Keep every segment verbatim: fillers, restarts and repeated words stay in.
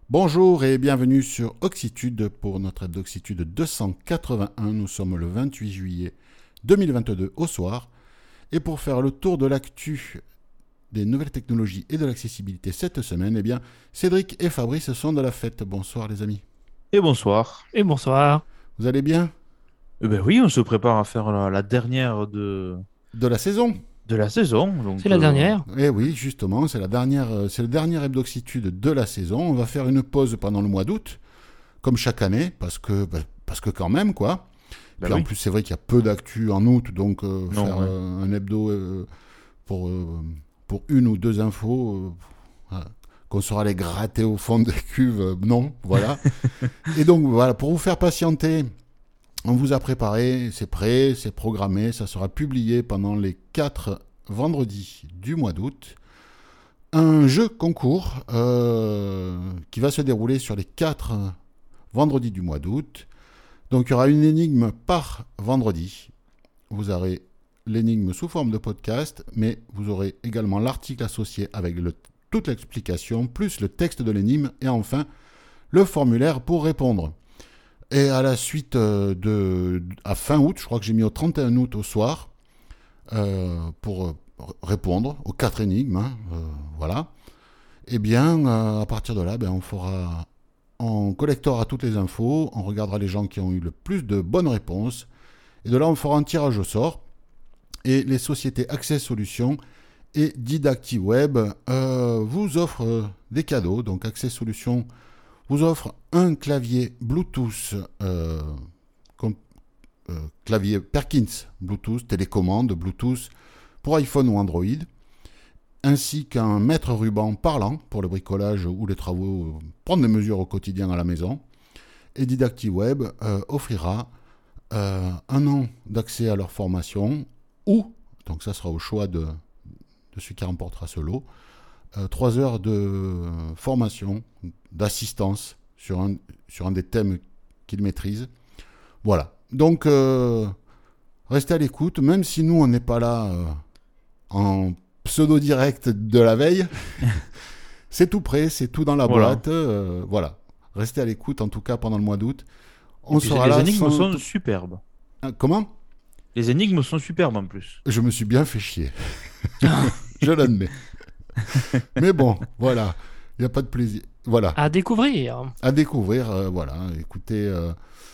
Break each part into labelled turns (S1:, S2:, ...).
S1: Bonjour et bienvenue sur Oxitude pour notre hebdo Oxitude deux cent quatre-vingt-un. Nous sommes le vingt-huit juillet deux mille vingt-deux au soir. Et pour faire le tour de l'actu des nouvelles technologies et de l'accessibilité cette semaine, eh bien, Cédric et Fabrice sont de la fête. Bonsoir les amis.
S2: Et bonsoir.
S3: Et bonsoir.
S1: Vous allez bien?
S2: Eh ben oui, on se prépare à faire la, la dernière de,
S1: De la saison?
S2: de la saison.
S3: C'est
S2: Donc,
S3: la
S2: euh,
S3: dernière.
S1: Eh oui, justement, c'est la dernière, euh, c'est le dernier hebdo Oxitude de la saison. On va faire une pause pendant le mois d'août, comme chaque année, parce que, bah, parce que quand même, quoi.
S2: bah
S1: Puis en
S2: oui.
S1: plus, c'est vrai qu'il y a peu d'actu en août, donc euh,
S2: Non,
S1: faire
S2: ouais.
S1: euh, un hebdo euh, pour, euh, pour une ou deux infos, euh, voilà, qu'on saura les gratter au fond des cuves, euh, non, voilà. Et donc voilà, pour vous faire patienter, on vous a préparé, c'est prêt, c'est programmé, ça sera publié pendant les quatre vendredis du mois d'août. Un jeu concours euh, qui va se dérouler sur les quatre vendredis du mois d'août. Donc il y aura une énigme par vendredi. Vous aurez l'énigme sous forme de podcast, mais vous aurez également l'article associé avec le, toute l'explication, plus le texte de l'énigme, et enfin le formulaire pour répondre. Et à la suite euh, de... à fin août, je crois que j'ai mis au trente et un août au soir, euh, pour euh, répondre aux quatre énigmes, hein, euh, voilà. Et bien, euh, à partir de là, ben, on fera... On collectera toutes les infos, on regardera les gens qui ont eu le plus de bonnes réponses, et de là on fera un tirage au sort. Et les sociétés Access Solutions et Didactiweb euh, vous offrent euh, des cadeaux. Donc Access Solutions vous offre un clavier Bluetooth, euh, com- euh, clavier Perkins Bluetooth, télécommande Bluetooth pour iPhone ou Android, ainsi qu'un mètre ruban parlant pour le bricolage ou les travaux, euh, prendre des mesures au quotidien à la maison. Et Didactiweb euh, offrira euh, un an d'accès à leur formation, ou, donc ça sera au choix de, de celui qui remportera ce lot, euh, trois heures de formation, d'assistance sur un, sur un des thèmes qu'ils maîtrisent. Voilà. Donc, euh, restez à l'écoute, même si nous, on n'est pas là euh, en pseudo-direct de la veille. C'est tout prêt, c'est tout dans la
S2: Voilà.
S1: boîte. Euh, voilà. Restez à l'écoute, en tout cas, pendant le mois d'août.
S2: Et
S1: On
S2: puis
S1: sera
S2: les
S1: là
S2: énigmes
S1: sans...
S2: sont superbes.
S1: Ah, comment?
S2: Les énigmes sont superbes en plus.
S1: Je me suis bien fait chier. Je l'admets. Mais bon, voilà. Il n'y a pas de plaisir. Voilà.
S3: À découvrir.
S1: À découvrir. euh, voilà. Écoutez, euh,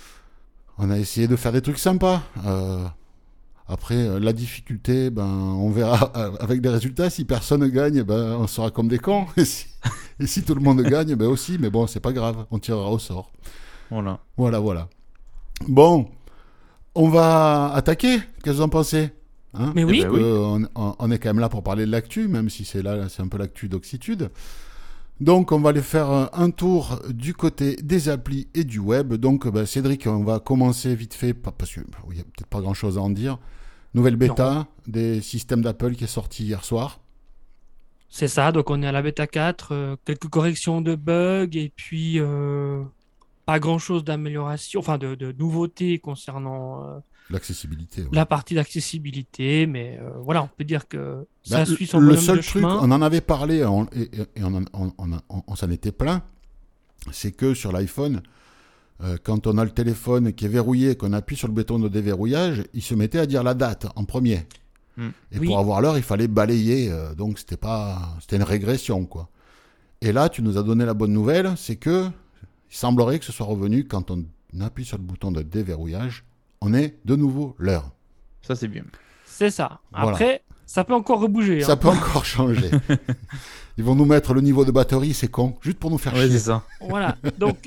S1: on a essayé de faire des trucs sympas. Euh, après, euh, la difficulté, ben, on verra euh, avec des résultats. Si personne gagne, ben, on sera comme des cons. Et si, et si tout le monde gagne, ben aussi. Mais bon, c'est pas grave. On tirera au sort.
S2: Voilà.
S1: Voilà, voilà. Bon, on va attaquer. Qu'est-ce que vous en pensez? Hein?
S3: Mais
S2: Eh
S3: oui.
S2: ben oui.
S1: on, on- on est quand même là pour parler de l'actu, même si c'est là, c'est un peu l'actu d'Oxitude. Donc, on va aller faire un- un tour du côté des applis et du web. Donc, ben, Cédric, on va commencer vite fait, pa- parce qu'il n'y a peut-être pas grand-chose à en dire. Nouvelle
S3: Non.
S1: bêta des systèmes d'Apple qui est sortie hier soir.
S3: C'est ça. Donc, on est à la bêta quatre. euh, quelques corrections de bugs et puis euh, pas grand-chose d'amélioration, enfin de, de nouveautés concernant euh,
S1: L'accessibilité, ouais.
S3: la partie d'accessibilité. Mais euh, voilà, on peut dire que
S1: Ben,
S3: ça
S1: le
S3: suit son
S1: le
S3: bonhomme
S1: seul
S3: de
S1: truc,
S3: chemin.
S1: on en avait parlé on- et, et- et on, en- on- on- on- on s'en était plaint, c'est que sur l'iPhone, Euh, quand on a le téléphone qui est verrouillé, qu'on appuie sur le bouton de déverrouillage, il se mettait à dire la date en premier.
S2: Hmm.
S1: Et
S3: Oui.
S1: pour avoir l'heure, il fallait balayer. euh, donc c'était pas, c'était une régression, quoi. Et là, tu nous as donné la bonne nouvelle, c'est que il semblerait que ce soit revenu quand on appuie sur le bouton de déverrouillage, on est de nouveau l'heure.
S2: Ça c'est bien.
S3: C'est ça.
S1: Voilà.
S3: Après, ça peut encore rebouger.
S1: Ça
S3: hein.
S1: peut encore changer. Ils vont nous mettre le niveau de batterie, c'est con, juste pour nous faire
S2: Ouais,
S1: chier.
S2: c'est ça.
S3: Voilà. Donc,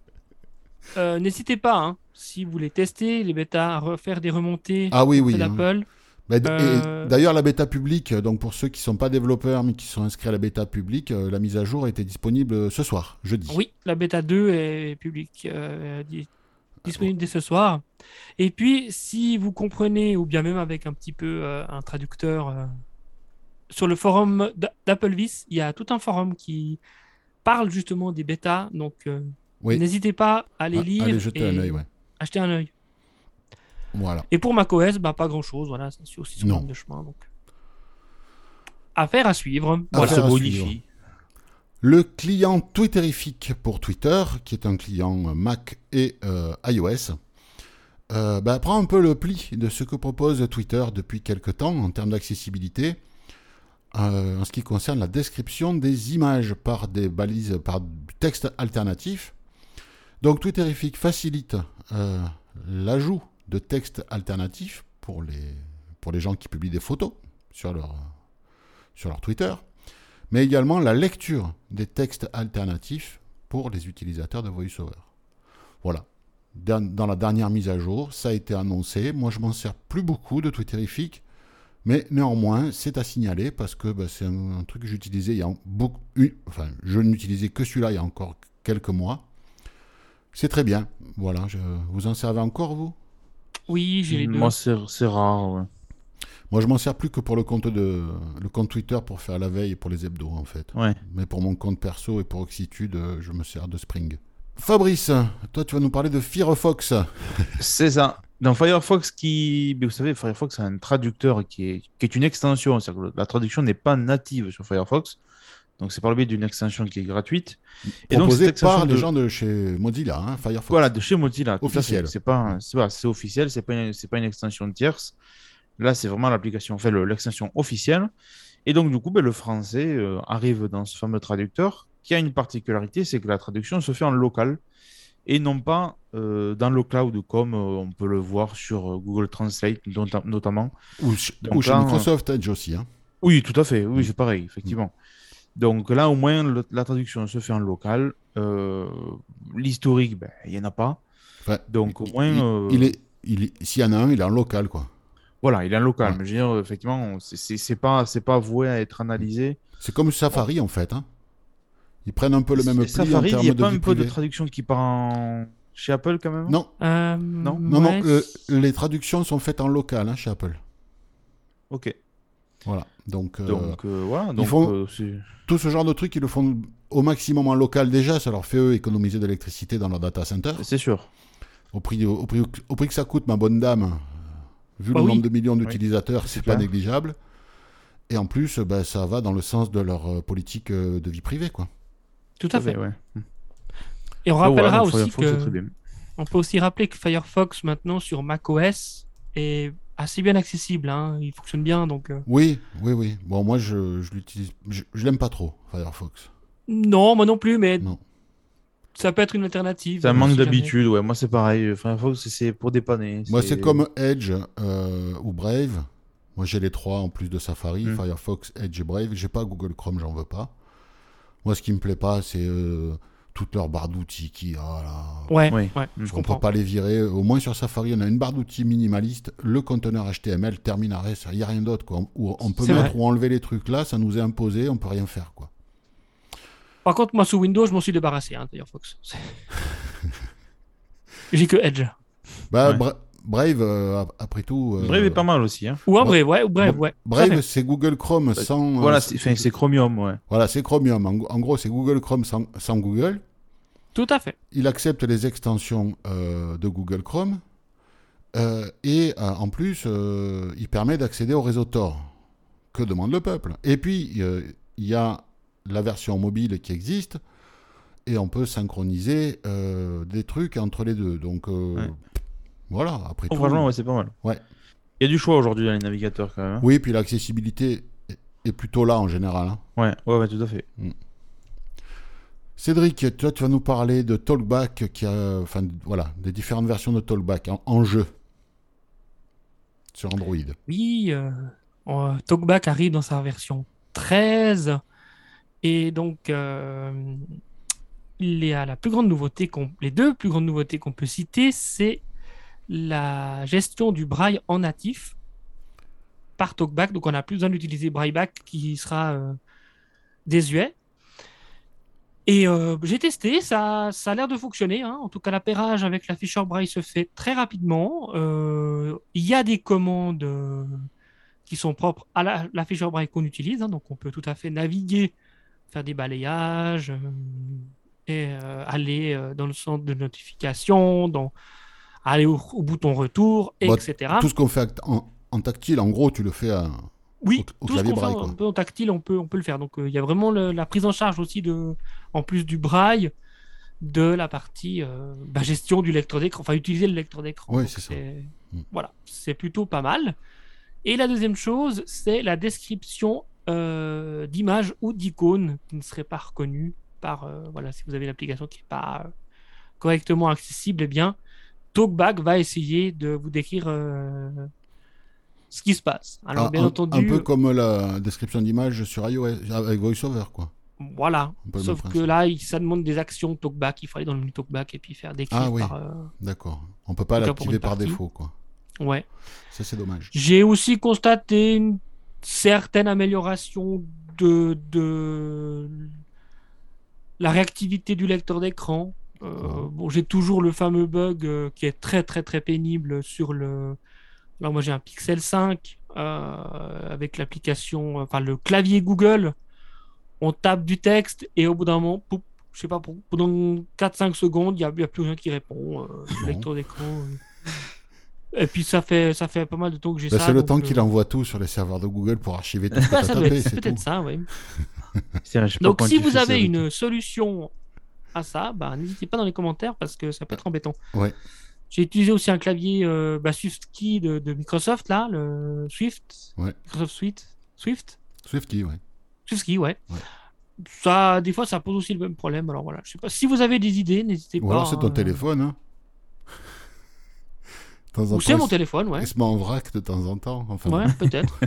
S3: euh, n'hésitez pas, hein, si vous voulez tester les bêtas, à refaire des remontées
S1: Ah oui,
S3: auprès
S1: oui. hein.
S3: d'Apple.
S1: Bah, d-
S3: Euh,
S1: et d'ailleurs, la bêta publique, donc pour ceux qui ne sont pas développeurs mais qui sont inscrits à la bêta publique, euh, la mise à jour était disponible ce soir, jeudi.
S3: Oui, la bêta deux est publique, euh, di- disponible dès ce soir. Et puis, si vous comprenez, ou bien même avec un petit peu euh, un traducteur, euh, sur le forum d'A- d'AppleVis, il y a tout un forum qui parle justement des bêtas. Donc, euh,
S1: Oui,
S3: n'hésitez pas à les
S1: Ah, allez
S3: lire
S1: jeter un
S3: et
S1: œil, ouais.
S3: acheter un œil.
S1: Voilà.
S3: Et pour macOS, bah, pas grand-chose. Voilà, ça suit aussi son
S1: Non.
S3: bonhomme de chemin. Donc, affaire à suivre.
S1: Affaire
S2: Ça se
S1: à
S2: bonifie.
S1: suivre. Le client Twitterific pour Twitter, qui est un client Mac et euh, iOS, euh, bah, prend un peu le pli de ce que propose Twitter depuis quelques temps en termes d'accessibilité, euh, en ce qui concerne la description des images par des balises, par du texte alternatif. Donc Twitterific facilite euh, l'ajout de textes alternatifs pour les, pour les gens qui publient des photos sur leur, sur leur Twitter, mais également la lecture des textes alternatifs pour les utilisateurs de VoiceOver. Voilà. Dans la dernière mise à jour, ça a été annoncé. Moi, je m'en sers plus beaucoup de Twitterific, mais néanmoins, c'est à signaler parce que bah, c'est un, un truc que j'utilisais il y a beaucoup... Une, enfin, je n'utilisais que celui-là il y a encore quelques mois. C'est très bien. Voilà. Je, vous en servez encore, vous ?
S3: Oui, j'ai les deux.
S2: Moi, c'est, c'est rare, ouais.
S1: Moi, je m'en sers plus que pour le compte de le compte Twitter pour faire la veille et pour les hebdos, en fait.
S2: Ouais.
S1: Mais pour mon compte perso et pour Oxitude, je me sers de Spring. Fabrice, toi, tu vas nous parler de Firefox.
S2: C'est ça. Dans Firefox, qui, mais vous savez, Firefox a un traducteur qui est, qui est une extension. C'est-à-dire que la traduction n'est pas native sur Firefox. Donc, c'est par le biais d'une extension qui est gratuite.
S1: Et proposée donc, par de... les gens de chez Mozilla, hein, Firefox.
S2: Voilà, de chez Mozilla.
S1: Officiel.
S2: C'est pas, c'est, voilà, c'est officiel, c'est pas, une, c'est pas une extension tierce. Là, c'est vraiment l'application, enfin, le, l'extension officielle. Et donc, du coup, ben, le français euh, arrive dans ce fameux traducteur qui a une particularité, c'est que la traduction se fait en local et non pas euh, dans le cloud comme euh, on peut le voir sur euh, Google Translate not- notamment.
S1: Ou, ou chez là, Microsoft Edge aussi. Hein.
S2: Oui, tout à fait. Oui, c'est pareil, effectivement. Donc là, au moins, le, la traduction se fait en local. Euh, l'historique, ben, il n'y en a pas.
S1: Enfin,
S2: donc, au moins...
S1: Il,
S2: euh...
S1: il est, il est, s'il y en a un, il est en local, quoi.
S2: Voilà, il est en local.
S1: Ouais.
S2: Mais je veux dire, effectivement, c'est, c'est, c'est pas, c'est pas voué à être analysé.
S1: C'est comme Safari, en fait. Hein. Ils prennent un peu le même pli
S2: Safari,
S1: en termes de vie privée.
S2: Il y a pas un peu de traduction qui part en... chez Apple, quand même ?
S1: Non.
S3: Euh,
S1: non, non,
S3: ouais.
S1: non. Euh, les traductions sont faites en local, hein, chez Apple.
S2: Ok.
S1: Voilà. Donc, euh,
S2: donc euh, voilà. Donc,
S1: ils font
S2: euh, c'est...
S1: tout ce genre de trucs, ils le font au maximum en local déjà. Ça leur fait, eux, économiser de l'électricité dans leur data center.
S2: C'est sûr.
S1: Au prix, au, prix, au prix que ça coûte, ma bonne dame, vu
S3: bah
S1: le
S3: oui.
S1: nombre de millions d'utilisateurs,
S2: oui,
S1: c'est, c'est
S2: pas
S1: négligeable. Et en plus, bah, ça va dans le sens de leur euh, politique euh, de vie privée, quoi.
S3: Tout à fait.
S2: Ouais.
S3: Et on rappellera
S2: donc,
S3: aussi
S2: Firefox,
S3: que on peut aussi rappeler que Firefox maintenant sur macOS est assez bien accessible. Hein. Il fonctionne bien, donc. Euh...
S1: Oui, oui, oui. Bon, moi, je, je l'utilise. Je, je l'aime pas trop, Firefox.
S3: Non, moi non plus, mais
S1: non.
S3: Ça peut être une alternative.
S2: C'est un manque si d'habitude, jamais. Ouais. Moi, c'est pareil. Firefox, c'est pour dépanner.
S1: Moi,
S2: c'est,
S1: c'est comme Edge euh, ou Brave. Moi, j'ai les trois en plus de Safari, mmh. Firefox, Edge et Brave. J'ai pas Google Chrome, j'en veux pas. Moi, ce qui me plaît pas, c'est euh, toute leur barre d'outils qui, oh là,
S3: ouais, ouais, ouais, je
S1: on
S3: comprends.
S1: peut pas les virer. Au moins sur Safari, on a une barre d'outils minimaliste, le conteneur H T M L, terminaré, il y a rien d'autre, quoi. On, on peut
S3: c'est
S1: mettre
S3: vrai.
S1: ou enlever les trucs là, ça nous est imposé, on peut rien faire, quoi.
S3: Par contre, moi, sous Windows, je m'en suis débarrassé, hein, Firefox. J'ai que Edge.
S1: Bah,
S2: ouais.
S1: Bra- Brave, euh, après tout. Euh...
S2: Brave est pas mal aussi. Hein.
S3: Ou un Brave, ouais. Ou Brave, ouais.
S1: Brave, c'est Google Chrome
S2: bah,
S1: sans.
S2: Voilà,
S1: euh,
S2: c'est, c'est, c'est Chromium, ouais.
S1: Voilà, c'est Chromium. En, en gros, c'est Google Chrome sans, sans Google.
S3: Tout à fait.
S1: Il accepte les extensions euh, de Google Chrome. Euh, et euh, en plus, euh, il permet d'accéder au réseau Tor. Que demande le peuple ? Et puis, il euh, y a la version mobile qui existe. Et on peut synchroniser euh, des trucs entre les deux. Donc. Euh, ouais. Voilà, après
S2: oh,
S1: tout.
S2: Franchement, ouais, c'est pas mal.
S1: Ouais.
S2: Il y a du choix aujourd'hui dans les navigateurs quand même. Hein.
S1: Oui, puis l'accessibilité est plutôt là en général. Hein.
S2: Ouais, ouais, ouais, tout à fait.
S1: Mm. Cédric, toi, tu vas nous parler de Talkback, qui a, enfin, voilà, des différentes versions de Talkback en, en jeu sur Android.
S3: Oui, euh, euh, Talkback arrive dans sa version treize. Et donc, euh, il y a la plus grande nouveauté, qu'on, les deux plus grandes nouveautés qu'on peut citer, c'est la gestion du braille en natif par Talkback. Donc, on n'a plus besoin d'utiliser Brailleback qui sera euh, désuet. Et euh, j'ai testé, ça, ça a l'air de fonctionner. Hein. En tout cas, l'appairage avec l'afficheur braille se fait très rapidement. Euh, il y a des commandes euh, qui sont propres à la, l'afficheur braille qu'on utilise. Hein. Donc, on peut tout à fait naviguer, faire des balayages euh, et euh, aller euh, dans le centre de notification, dans aller au, au bouton retour,
S1: bah,
S3: et cetera.
S1: Tout ce qu'on fait en, en tactile, en gros, tu le fais à,
S3: Oui,
S1: au, au
S3: tout ce
S1: clavier
S3: qu'on fait
S1: braille,
S3: un
S1: quoi.
S3: peu en tactile, on peut, on peut le faire. Donc, il y a vraiment le- la prise en charge aussi, de, en plus du braille, de la partie euh, bah, gestion du lecteur d'écran, enfin, utiliser le lecteur d'écran.
S1: Oui,
S3: Donc,
S1: c'est ça.
S3: c'est
S1: Mm.
S3: voilà, c'est plutôt pas mal. Et la deuxième chose, c'est la description euh, d'images ou d'icônes qui ne seraient pas reconnues par, euh, voilà, si vous avez l'application qui n'est pas euh, correctement accessible, eh bien, TalkBack va essayer de vous décrire euh, ce qui se passe. Alors,
S1: Ah,
S3: bien
S1: un, un
S3: entendu,
S1: peu comme la description d'image sur iOS avec VoiceOver, quoi.
S3: voilà.
S1: Un peu le même
S3: Sauf que
S1: principe.
S3: là, il- ça demande des actions TalkBack. Il faut aller dans le menu TalkBack et puis faire
S1: Ah
S3: décrire
S1: oui,
S3: par. euh,
S1: d'accord. On peut pas
S3: en tout cas pour
S1: l'activer
S3: une
S1: par
S3: partie.
S1: défaut, quoi.
S3: Ouais.
S1: Ça, c'est dommage.
S3: J'ai aussi constaté une certaine amélioration de, de la réactivité du lecteur d'écran. Euh,
S1: Oh.
S3: bon, j'ai toujours le fameux bug euh, qui est très très très pénible sur le. Alors moi j'ai un Pixel cinq euh, avec l'application, enfin le clavier Google. On tape du texte et au bout d'un moment, poup, je sais pas, pour- pendant quatre cinq secondes, il n'y a, il y a plus rien qui répond. euh, le
S1: Bon.
S3: lecteur d'écran. euh. Et puis ça fait, ça fait pas mal de temps que j'ai
S1: Ben,
S3: ça.
S1: c'est le
S3: donc,
S1: temps
S3: euh,
S1: qu'il envoie tout sur les serveurs de Google pour archiver tout ce que
S3: bah,
S1: tu as
S3: ça doit
S1: tapé,
S3: être- c'est
S1: c'est
S3: peut-être
S1: tout.
S3: ça, oui.
S2: C'est- je sais pas
S3: Donc
S2: comment
S3: si
S2: tu
S3: vous
S2: fais ça
S3: avez
S2: avec-
S3: une solution à ça, bah, n'hésitez pas dans les commentaires parce que ça peut être embêtant.
S1: Ouais.
S3: J'ai utilisé aussi un clavier euh, bah, SwiftKey de, de Microsoft, là, le Swift.
S1: Ouais.
S3: Microsoft Swift. Swift
S1: SwiftKey, ouais.
S3: SwiftKey, ouais.
S1: Ouais.
S3: Ça, des fois, ça pose aussi le même problème. Alors voilà, je sais pas. Si vous avez des idées, n'hésitez
S1: Ou
S3: pas.
S1: alors c'est ton
S3: hein.
S1: téléphone, hein. De temps en
S3: Ou c'est
S1: temps,
S3: mon
S1: il-
S3: téléphone, ouais.
S1: Il se met en vrac de temps en temps. Enfin,
S3: Ouais,
S1: bon.
S3: peut-être.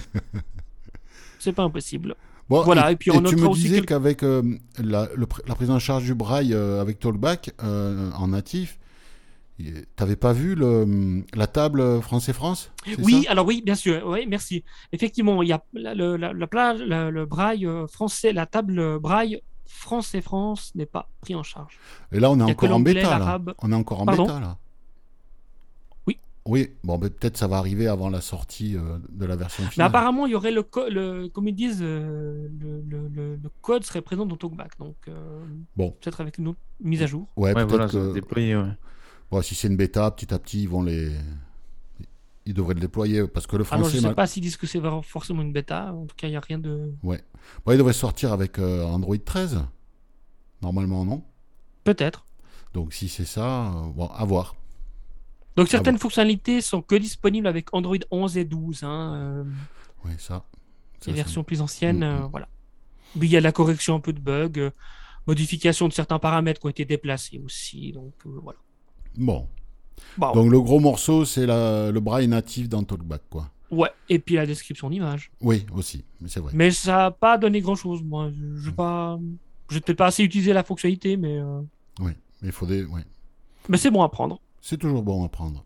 S3: C'est pas impossible.
S1: Bon,
S3: Voilà,
S1: et,
S3: et puis on
S1: et tu
S3: notera
S1: me
S3: aussi
S1: disais
S3: quelques-
S1: qu'avec euh, la, le pr- la prise en charge du braille euh, avec Talkback euh, en natif, tu n'avais pas vu le, la table France-France, c'est
S3: Oui,
S1: ça
S3: alors oui, bien sûr. Oui, merci. Effectivement, il y a la- le, la- la pla- la- le braille euh, français, la table braille France-et-France n'est pas pris en charge.
S1: Et là, on est
S3: Il y a que
S1: encore en
S3: l'anglais,
S1: bêta, là.
S3: l'arabe.
S1: On est encore en
S3: Pardon
S1: bêta, là.
S3: Oui.
S1: Oui, bon, ben, peut-être ça va arriver avant la sortie euh, de la version
S3: Mais
S1: finale.
S3: apparemment, il y aurait le, co- le comme ils disent, euh, le, le- le- le code serait présent dans TalkBack. Donc, euh,
S1: Bon.
S3: peut-être avec une autre mise à jour.
S1: Ouais,
S2: Ouais,
S1: peut-être
S2: voilà, ça va
S1: que
S2: se déployer, ouais.
S1: bon, si c'est une bêta, petit à petit, ils vont les... Ils devraient le déployer, parce que le
S3: Alors,
S1: français...
S3: je sais
S1: mal-
S3: pas s'ils disent que c'est vraiment forcément une bêta. En tout cas, il n'y a rien de.
S1: Ouais. Bon, il devrait sortir avec euh, Android treize. Normalement, non.
S3: Peut-être.
S1: Donc, si c'est ça, euh, bon, à voir.
S3: Donc, certaines
S1: bon.
S3: fonctionnalités sont que disponibles avec Android onze et douze. Hein, euh,
S1: Oui, ça. ça,
S3: les
S1: c'est-
S3: versions plus anciennes,
S1: Mm,
S3: euh,
S1: mm.
S3: voilà. Mais il y a de la correction un peu de bugs, euh, modification de certains paramètres qui ont été déplacés aussi. Donc, euh, voilà.
S1: Bon.
S3: Bon,
S1: Donc, le gros morceau, c'est la... le braille natif dans Talkback, quoi.
S3: ouais. Et puis la description d'image.
S1: Oui, aussi. Mais c'est vrai.
S3: Mais ça n'a pas donné grand-chose, moi. Je je vais pas... J'ai peut-être pas assez utilisé la fonctionnalité, mais, euh,
S1: Oui. Mais il faut des... ouais.
S3: mais c'est bon à prendre.
S1: C'est toujours bon à prendre.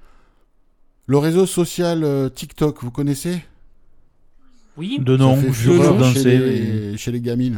S1: Le réseau social euh, TikTok, vous connaissez?
S3: Oui.
S2: De
S1: Ça
S2: nom,
S1: fait
S2: jureur
S1: fureur
S2: d'un
S1: chez,
S2: C.
S1: les... chez les gamines.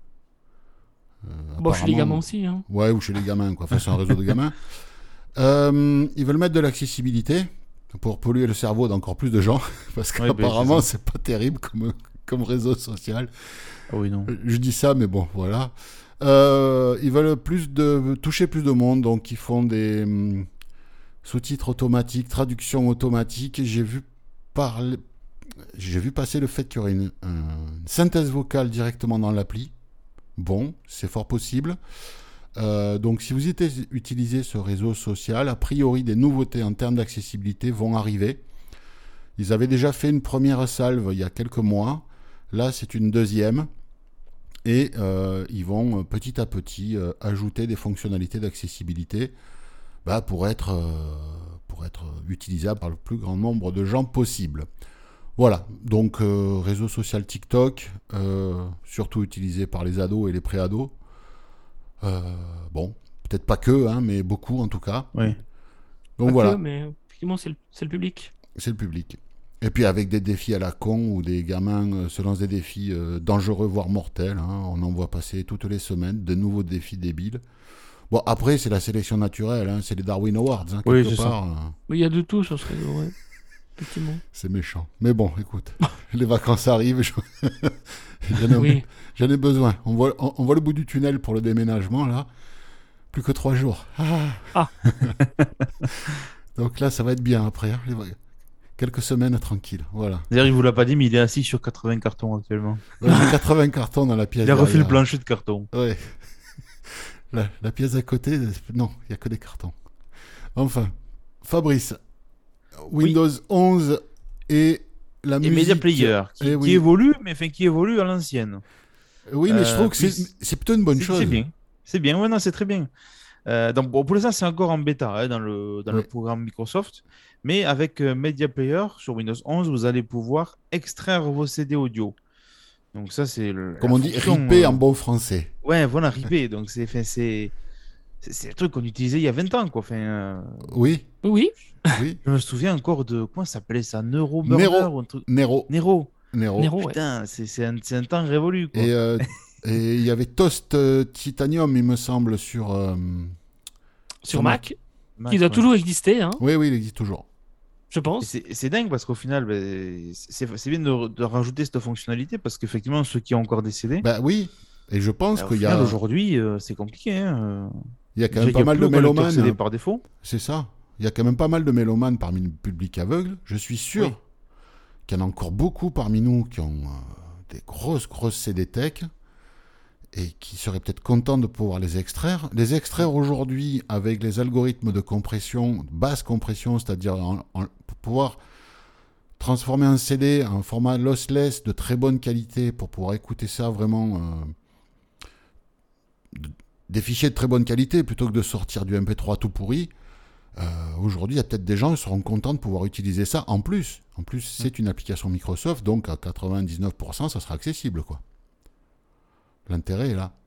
S1: Euh,
S3: Bon, chez les
S1: apparemment-
S3: gamins aussi. Hein.
S1: Ouais, ou chez les gamins, quoi. Enfin, c'est un réseau de gamins. Euh, ils veulent mettre de l'accessibilité pour polluer le cerveau d'encore plus de gens, parce
S2: Ouais, bah,
S1: qu'apparemment,
S2: c'est
S1: c'est pas terrible comme, comme réseau social.
S2: Ah oui, non.
S1: Je dis ça, mais bon, voilà. Euh, ils veulent plus de, toucher plus de monde, donc ils font des hum, sous-titres automatiques, traduction automatique. J'ai vu parler, j'ai vu passer le fait qu'il y aurait une, un- une synthèse vocale directement dans l'appli. Bon, c'est fort possible. Euh, donc, si vous uti- utilisez ce réseau social, a priori, des nouveautés en termes d'accessibilité vont arriver. Ils avaient déjà fait une première salve il y a quelques mois. Là, c'est une deuxième. Et euh, ils vont euh, petit à petit euh, ajouter des fonctionnalités d'accessibilité bah, pour être, euh, pour être utilisables par le plus grand nombre de gens possible. Voilà, donc euh, réseau social TikTok, euh, surtout utilisé par les ados et les pré-ados. Euh, bon, peut-être pas que, hein, mais beaucoup en tout cas.
S2: Oui.
S1: Donc
S3: Pas
S1: voilà,
S3: que, mais effectivement, c'est le, c'est le public.
S1: c'est le public. Et puis avec des défis à la con où des gamins euh, se lancent des défis euh, dangereux voire mortels, hein, on en voit passer toutes les semaines de nouveaux défis débiles. Bon, après c'est la sélection naturelle, hein, c'est les Darwin Awards, hein,
S2: Oui,
S1: quelque
S2: c'est
S1: part. euh,
S3: Mais il y a de tout sur ce réseau, ouais. Effectivement.
S1: c'est méchant. Mais bon, écoute, les vacances arrivent, je- j'en, ai,
S3: Oui.
S1: j'en ai besoin. On voit, on, on voit le bout du tunnel pour le déménagement là. Plus que trois jours. Ah.
S3: Ah.
S1: Donc là, ça va être bien après. Hein, les... quelques semaines tranquilles. Voilà.
S2: D'ailleurs, il vous l'a pas dit, mais il est assis sur quatre-vingts cartons actuellement.
S1: Ouais, j'ai quatre-vingts cartons dans la pièce.
S2: Il a refait le
S1: derrière.
S2: plancher de carton.
S1: Ouais. La, la pièce d'à côté, non, il n'y a que des cartons. Enfin, Fabrice, Windows oui. onze et la
S2: et
S1: musique...
S2: Media Player, qui,
S1: eh
S2: qui
S1: oui.
S2: évolue, mais enfin, qui évolue à l'ancienne.
S1: Oui, mais euh, je trouve que
S2: puis,
S1: c'est, c'est plutôt une bonne
S2: c'est,
S1: chose.
S2: C'est bien, c'est bien, ouais, non, c'est très bien. Euh, donc, bon, pour l'instant, c'est encore en bêta hein, dans, le, dans oui. le programme Microsoft, mais avec euh, Media Player sur Windows onze, vous allez pouvoir extraire vos C D audio. Donc ça, c'est le,
S1: comme on dit, ripper euh... en bon français.
S2: Ouais, voilà, ripper. Donc c'est, c'est, c'est, c'est un truc qu'on utilisait il y a vingt ans, quoi. Enfin, euh...
S1: Oui.
S3: Oui.
S1: oui.
S2: Je me souviens encore de comment ça s'appelait ça, Nero Burner
S1: Nero.
S2: ou un truc...
S1: Nero.
S2: Nero.
S1: Nero.
S3: Nero.
S2: Putain, ouais. c'est, c'est, un, c'est un temps révolu, quoi.
S1: Et il euh, y avait Toast euh, Titanium, il me semble, sur euh,
S3: sur, sur Mac, Mac, qui doit ouais. toujours exister. Hein.
S1: Oui, oui, il existe toujours.
S3: Je pense.
S2: C'est, c'est dingue parce qu'au final, bah, c'est, c'est bien de, de rajouter cette fonctionnalité parce qu'effectivement, ceux qui ont encore des C D.
S1: Bah oui, et je pense
S2: bah,
S1: qu'il y
S2: final,
S1: a.
S2: Aujourd'hui, euh, c'est compliqué. Hein.
S1: Il y a quand même pas mal de mélomanes.
S2: C D par défaut.
S1: C'est ça. Il y a quand même pas mal de mélomanes parmi le public aveugle. Je suis sûr oui. qu'il y en a encore beaucoup parmi nous qui ont euh, des grosses, grosses C D Tech et qui seraient peut-être contents de pouvoir les extraire. Les extraire aujourd'hui avec les algorithmes de compression, basse compression, c'est-à-dire en, en, pour pouvoir transformer un C D en format lossless de très bonne qualité pour pouvoir écouter ça vraiment euh, des fichiers de très bonne qualité plutôt que de sortir du M P trois tout pourri. Euh, aujourd'hui, il y a peut-être des gens qui seront contents de pouvoir utiliser ça en plus. En plus, c'est une application Microsoft, donc à quatre-vingt-dix-neuf pour cent, ça sera accessible, quoi. L'intérêt est là.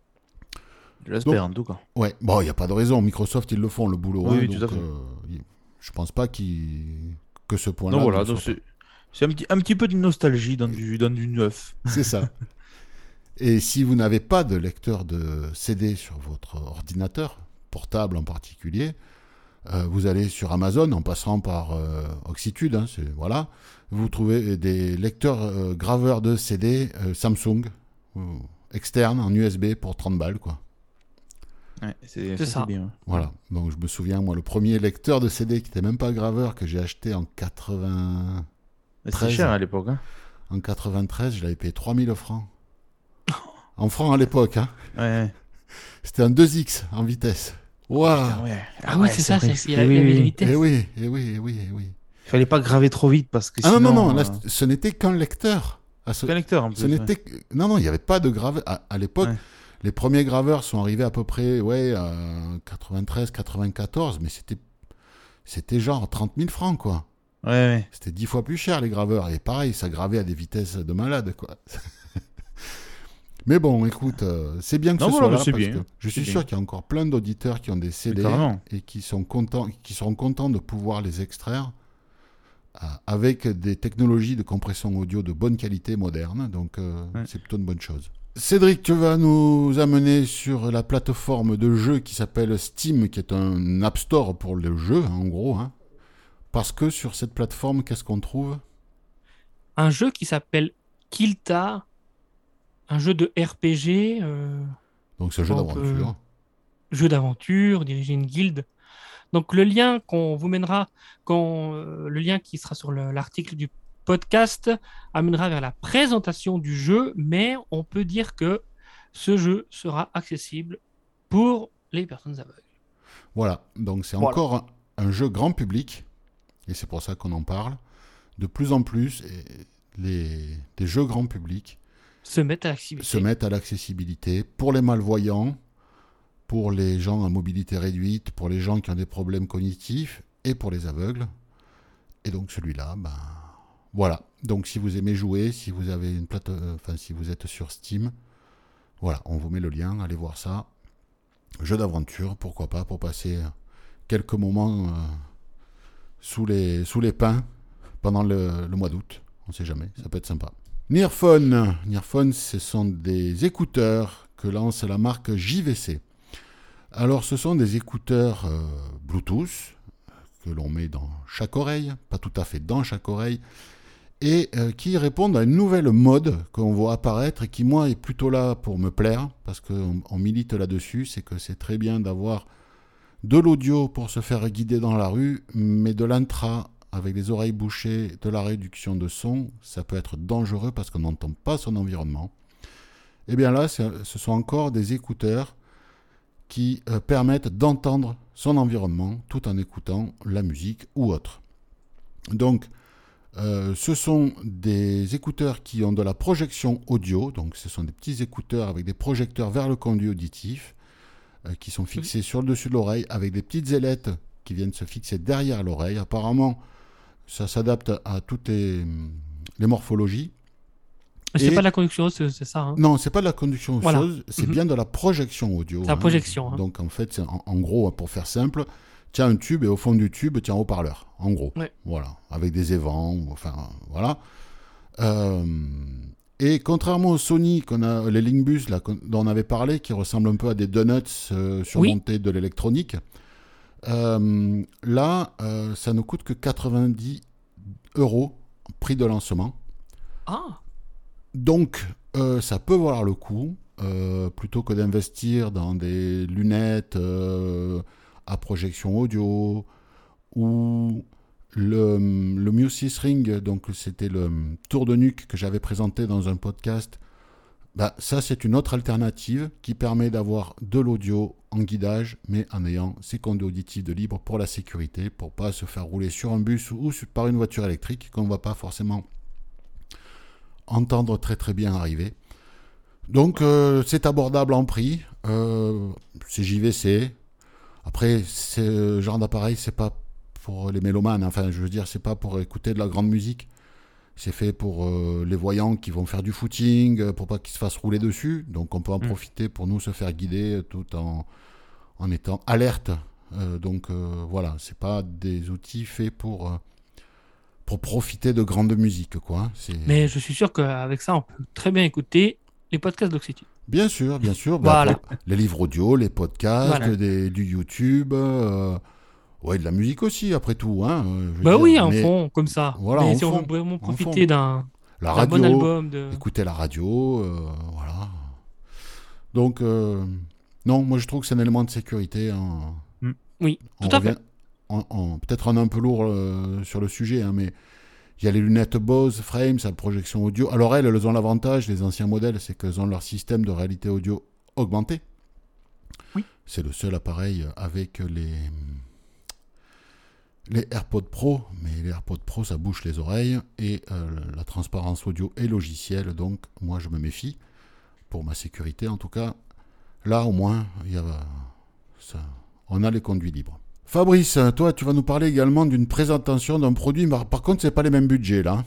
S2: Je l'espère, en tout cas.
S1: Ouais, bon, il n'y a pas de raison. Microsoft, ils le font, le boulot.
S2: Oui,
S1: hein,
S2: oui,
S1: donc,
S2: tout à fait.
S1: Euh, je pense pas qu'il... que ce point-là...
S2: Non, voilà, donc c'est, c'est un, petit, un petit peu de nostalgie dans du, dans du neuf.
S1: C'est ça. Et si vous n'avez pas de lecteur de C D sur votre ordinateur, portable en particulier, euh, vous allez sur Amazon en passant par euh, Oxitude, hein, c'est, voilà, vous trouvez des lecteurs euh, graveurs de C D euh, Samsung, euh, externes en U S B pour trente balles, quoi.
S2: Ouais, c'est,
S3: c'est
S2: ça,
S3: ça.
S2: C'est bien.
S1: Voilà, donc je me souviens, moi, le premier lecteur de C D qui n'était même pas graveur que j'ai acheté en quatre-vingt-treize.
S2: C'était cher à l'époque. Hein.
S1: En quatre-vingt-treize, je l'avais payé trois mille francs. En francs à l'époque. Hein.
S2: Ouais.
S1: C'était un deux X en vitesse. Waouh.
S2: Ah, ouais.
S3: ah, ah oui, c'est, c'est ça, c'est, il y avait
S2: oui,
S3: la vitesse.
S1: Et oui, et oui, et oui, et oui.
S2: Il fallait pas graver trop vite parce que
S1: ah
S2: sinon...
S1: non, non, non,
S2: euh...
S1: là, ce n'était qu'un lecteur. Ah, ce...
S2: Qu'un lecteur, en plus.
S1: Ce n'était...
S2: Ouais.
S1: Non, non, il n'y avait pas de graveur. À, à l'époque,
S2: ouais.
S1: les premiers graveurs sont arrivés à peu près, ouais, à quatre-vingt-treize, quatre-vingt-quatorze, mais c'était, c'était genre trente mille francs, quoi.
S2: Ouais, ouais.
S1: C'était dix fois plus cher, les graveurs. Et pareil, ça gravait à des vitesses de malade, quoi. Mais bon, écoute, euh, c'est bien que
S2: non,
S1: ce
S2: voilà,
S1: soit là,
S2: c'est
S1: parce
S2: bien.
S1: que je suis
S2: c'est
S1: sûr
S2: bien.
S1: qu'il y a encore plein d'auditeurs qui ont des C D et qui sont contents, qui seront contents de pouvoir les extraire euh, avec des technologies de compression audio de bonne qualité moderne. Donc, euh, ouais. c'est plutôt une bonne chose. Cédric, tu vas nous amener sur la plateforme de jeu qui s'appelle Steam, qui est un App Store pour le jeu, hein, en gros. Hein. Parce que sur cette plateforme, qu'est-ce qu'on trouve ?
S3: Un jeu qui s'appelle Kilta, un jeu de R P G. Euh,
S1: donc c'est un jeu d'aventure.
S3: Euh, jeu d'aventure, diriger une guilde. Donc le lien qu'on vous mènera, quand, euh, le lien qui sera sur le, l'article du podcast amènera vers la présentation du jeu, mais on peut dire que ce jeu sera accessible pour les personnes aveugles.
S1: Voilà, donc c'est
S3: voilà.
S1: encore un, un jeu grand public, et c'est pour ça qu'on en parle. De plus en plus, les, les jeux grand public
S3: se mettent à l'accessibilité.
S1: se mettent à l'accessibilité pour les malvoyants, pour les gens à mobilité réduite, pour les gens qui ont des problèmes cognitifs, et pour les aveugles. Et donc celui-là, ben... Voilà, donc si vous aimez jouer, si vous avez une plate... enfin si vous êtes sur Steam, voilà, on vous met le lien, allez voir ça. Jeu d'aventure, pourquoi pas, pour passer quelques moments euh, sous les sous les pins pendant le, le mois d'août. On sait jamais, ça peut être sympa. Nearphone, Nearphone, ce sont des écouteurs que lance la marque J V C. Alors, ce sont des écouteurs euh, Bluetooth que l'on met dans chaque oreille, pas tout à fait dans chaque oreille, et euh, qui répondent à une nouvelle mode qu'on voit apparaître et qui, moi, est plutôt là pour me plaire, parce qu'on on milite là-dessus, c'est que c'est très bien d'avoir de l'audio pour se faire guider dans la rue, mais de l'intra avec les oreilles bouchées de la réduction de son, ça peut être dangereux parce qu'on n'entend pas son environnement. Et bien là, ce sont encore des écouteurs qui euh, permettent d'entendre son environnement tout en écoutant la musique ou autre. Donc, euh, ce sont des écouteurs qui ont de la projection audio, donc ce sont des petits écouteurs avec des projecteurs vers le conduit auditif euh, qui sont fixés sur le dessus de l'oreille avec des petites ailettes qui viennent se fixer derrière l'oreille. Apparemment, ça s'adapte à toutes les, les morphologies.
S3: C'est
S1: Et...
S3: pas de la conduction osseuse, c'est ça hein?
S1: Non, c'est pas de la conduction
S3: Voilà.
S1: osseuse, c'est
S3: Mhm.
S1: bien de la projection audio.
S3: C'est la
S1: hein.
S3: projection, hein.
S1: Donc en fait, c'est en, en gros, pour faire simple, tu as un tube et au fond du tube, tu as un haut-parleur, en gros.
S3: Ouais.
S1: Voilà, avec des évents, enfin voilà. Euh, et contrairement aux Sony, qu'on a, les Linkbus là, dont on avait parlé, qui ressemblent un peu à des donuts euh, surmontés oui. de l'électronique, euh, là, euh, ça ne coûte que quatre-vingt-dix euros, prix de lancement.
S3: Ah.
S1: Donc, euh, ça peut valoir le coup, euh, plutôt que d'investir dans des lunettes euh, à projection audio ou le, le Musis Ring, donc c'était le tour de nuque que j'avais présenté dans un podcast. Bah, ça, c'est une autre alternative qui permet d'avoir de l'audio en guidage, mais en ayant ses conduits auditifs de libre pour la sécurité, pour ne pas se faire rouler sur un bus ou par une voiture électrique qu'on ne va pas forcément entendre très très bien arriver. Donc euh, c'est abordable en prix, euh, c'est J V C. Après, ce genre d'appareil, c'est pas pour les mélomanes, enfin je veux dire, c'est pas pour écouter de la grande musique. C'est fait pour euh, les voyants qui vont faire du footing, pour pas qu'ils se fassent rouler dessus. Donc on peut en mmh. profiter pour nous se faire guider tout en, en étant alerte. Euh, donc euh, voilà, c'est pas des outils faits pour... Euh, pour profiter de grande musique, quoi. C'est...
S3: Mais je suis sûr qu'avec ça, on peut très bien écouter les podcasts d'Oxitude.
S1: Bien sûr, bien sûr.
S3: Voilà.
S1: Bah, les livres audio, les podcasts,
S3: voilà.
S1: des, du YouTube, euh, ouais, de la musique aussi, après tout. Hein, je veux
S3: bah
S1: dire.
S3: oui, en
S1: Mais,
S3: fond, comme ça.
S1: Voilà,
S3: Mais
S1: en
S3: si
S1: fond,
S3: on veut vraiment profiter
S1: fond.
S3: d'un,
S1: la
S3: d'un
S1: radio,
S3: bon album. De...
S1: Écouter la radio, euh, voilà. Donc, euh, non, moi je trouve que c'est un élément de sécurité. Hein.
S3: Oui,
S1: on
S3: tout à
S1: revient,
S3: fait.
S1: On, on, peut-être on est un peu lourd euh, sur le sujet, hein, mais il y a les lunettes Bose, Frames, la projection audio. Alors elles, elles ont l'avantage, les anciens modèles, c'est qu'elles ont leur système de réalité audio augmenté.
S3: Oui.
S1: C'est le seul appareil avec les, les AirPods Pro, mais les AirPods Pro, ça bouche les oreilles, et euh, la transparence audio est logicielle, donc moi je me méfie, pour ma sécurité en tout cas. Là au moins, il y a, ça, on a les conduits libres. Fabrice, toi, tu vas nous parler également d'une présentation d'un produit, mais par contre, c'est pas les mêmes budgets, là.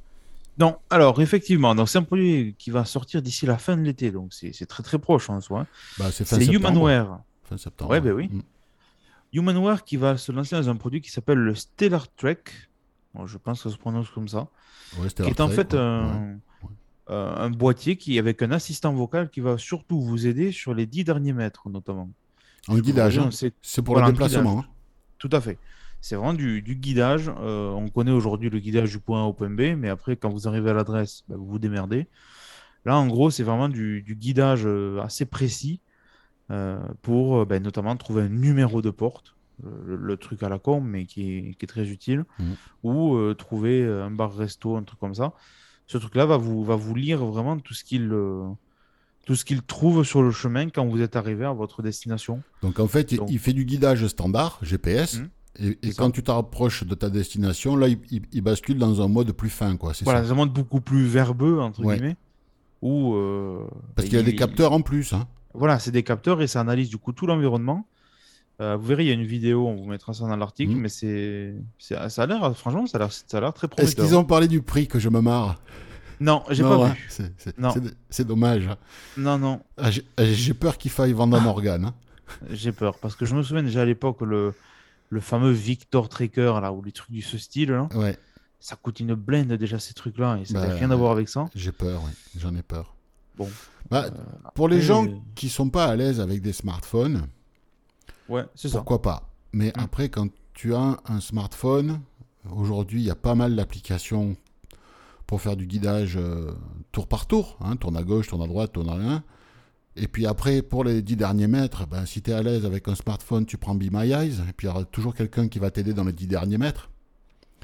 S2: Non, alors, effectivement, donc c'est un produit qui va sortir d'ici la fin de l'été, donc c'est, c'est très très proche en soi.
S1: Bah, c'est fin
S2: c'est
S1: septembre.
S2: Humanware.
S1: Fin septembre.
S2: Ouais, ben oui. Mm. Humanware qui va se lancer dans un produit qui s'appelle le Stellar Trek. Bon, je pense que ça se prononce comme ça.
S1: Ouais,
S2: qui est en
S1: Trek,
S2: fait
S1: ouais.
S2: un,
S1: Ouais.
S2: Euh, un boîtier qui, avec un assistant vocal qui va surtout vous aider sur les dix derniers mètres, notamment.
S1: En guidage, hein.
S2: c'est...
S1: c'est pour
S2: voilà,
S1: le déplacement. Hein.
S2: Tout à fait. C'est vraiment du, du guidage. Euh, on connaît aujourd'hui le guidage du point A au point B, mais après, quand vous arrivez à l'adresse, bah, vous vous démerdez. Là, en gros, c'est vraiment du, du guidage euh, assez précis euh, pour euh, bah, notamment trouver un numéro de porte, euh, le, le truc à la con, mais qui est, qui est très utile, mmh. ou euh, trouver un bar-resto, un truc comme ça. Ce truc-là va vous, va vous lire vraiment tout ce qu'il... Euh, tout ce qu'il trouve sur le chemin quand vous êtes arrivé à votre destination.
S1: Donc en fait, Donc, il fait du guidage standard, G P S, mmh, et, et quand tu t'approches de ta destination, là, il, il, il bascule dans un mode plus fin, quoi. C'est
S2: voilà,
S1: ça.
S2: c'est un mode beaucoup plus verbeux, entre
S1: ouais.
S2: guillemets. Où, euh,
S1: Parce qu'il y a des capteurs en plus. Hein.
S2: Voilà, c'est des capteurs et ça analyse du coup tout l'environnement. Euh, vous verrez, il y a une vidéo, on vous mettra ça dans l'article, mmh. mais c'est, c'est, ça a l'air, franchement, ça a l'air, ça a l'air très prometteur.
S1: Est-ce qu'ils ont parlé du prix que je me marre?
S2: Non, j'ai
S1: non,
S2: pas
S1: hein,
S2: vu.
S1: C'est, c'est, c'est, c'est dommage.
S2: Non, non.
S1: Ah, j'ai, j'ai peur qu'il faille vendre un organe. Hein.
S2: J'ai peur, parce que je me souviens déjà à l'époque, le, le fameux Victor Tracker, là, ou les trucs de ce style, là,
S1: ouais.
S2: ça coûte une blinde déjà ces trucs-là, et ça n'a
S1: bah,
S2: rien à voir avec ça.
S1: J'ai peur, oui. J'en ai peur.
S2: Bon.
S1: Bah, euh, pour les après, gens euh... qui sont pas à l'aise avec des smartphones,
S2: ouais, c'est
S1: pourquoi
S2: ça.
S1: pas. Mais mmh. après, quand tu as un smartphone, aujourd'hui, il y a pas mal d'applications pour faire du guidage euh, tour par tour, hein, tourne à gauche, tourne à droite, tourne à rien. Et puis après, pour les dix derniers mètres, ben, si tu es à l'aise avec un smartphone, tu prends Be My Eyes, et puis il y aura toujours quelqu'un qui va t'aider dans les dix derniers mètres.